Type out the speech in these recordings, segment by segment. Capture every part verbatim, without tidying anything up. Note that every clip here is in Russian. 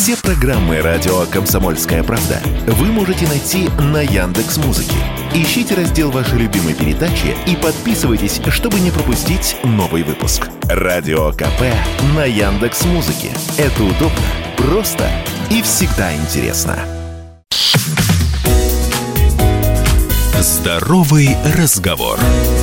Все программы радио «Комсомольская правда» вы можете найти на Яндекс.Музыке. Ищите раздел вашей любимой передачи и подписывайтесь, чтобы не пропустить новый выпуск. Радио КП на Яндекс.Музыке. Это удобно, просто и всегда интересно. Здоровый разговор.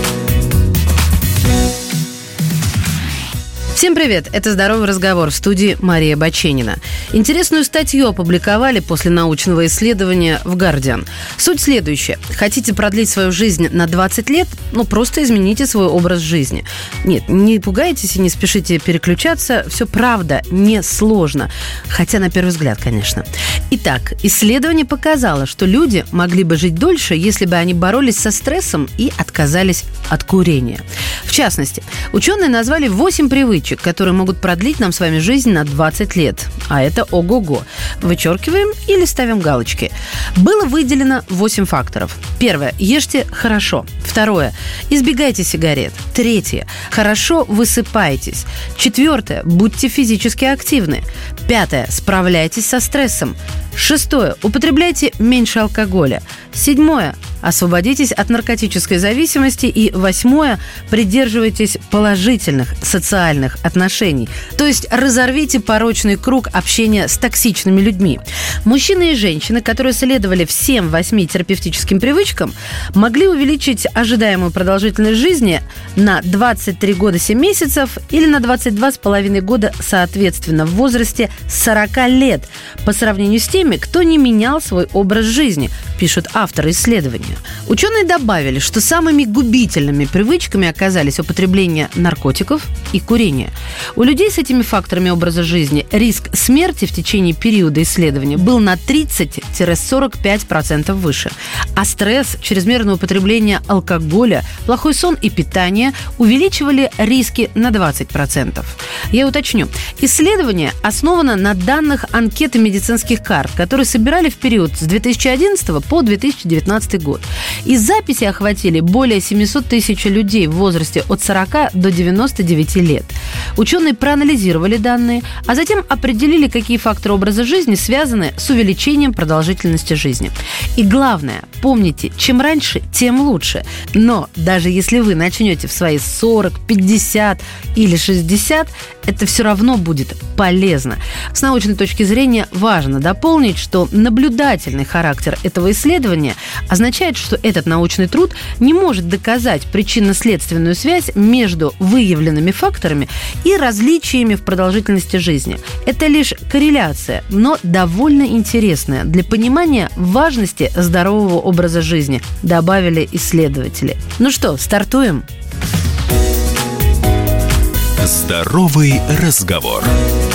Всем привет! Это «Здоровый разговор», в студии Мария Баченина. Интересную статью опубликовали после научного исследования в «Гардиан». Суть следующая. Хотите продлить свою жизнь на двадцать лет? Ну, просто измените свой образ жизни. Нет, не пугайтесь и не спешите переключаться. Все правда, не сложно. Хотя на первый взгляд, конечно. Итак, исследование показало, что люди могли бы жить дольше, если бы они боролись со стрессом и отказались от курения. В частности, ученые назвали восемь привычек, которые могут продлить нам с вами жизнь на двадцать лет. А это ого-го. Вычеркиваем или ставим галочки. Было выделено восемь факторов. Первое. Ешьте хорошо. Второе. Избегайте сигарет. Третье. Хорошо высыпайтесь. Четвертое. Будьте физически активны. Пятое. Справляйтесь со стрессом. Шестое. Употребляйте меньше алкоголя. Седьмое. Освободитесь от наркотической зависимости. И восьмое. Придерживайтесь положительных социальных отношений. То есть разорвите порочный круг общения с токсичными людьми. Мужчины и женщины, которые следовали всем восьми терапевтическим привычкам, могли увеличить ожидаемую продолжительность жизни на двадцать три года семь месяцев или на двадцать два с половиной года, соответственно, в возрасте сорок лет, по сравнению с теми, кто не менял свой образ жизни, пишут авторы исследования. Ученые добавили, что самыми губительными привычками оказались употребление наркотиков и курение. У людей с этими факторами образа жизни риск смерти в течение периода исследования был на тридцать - сорок пять процентов выше. А стресс, чрезмерное употребление алкоголя, плохой сон и питание увеличивали риски на двадцать процентов. Я уточню. Исследование основано на данных анкеты медицинских карт, которые собирали в период с две тысячи одиннадцатого по две тысячи девятнадцатый год. И записи охватили более семьсот тысяч людей в возрасте от сорока до девяноста девяти лет. Ученые проанализировали данные, а затем определили, какие факторы образа жизни связаны с увеличением продолжительности жизни. И главное, помните, чем раньше, тем лучше. Но даже если вы начнете в свои сорок, пятьдесят или шестьдесят, это все равно будет полезно. С научной точки зрения важно дополнить, что наблюдательный характер этого исследования означает, что этот научный труд не может доказать причинно-следственную связь между выявленными факторами и различиями в продолжительности жизни. Это лишь корреляция, но довольно интересная для понимания важности здорового образа жизни, добавили исследователи. Ну что, стартуем? Здоровый разговор.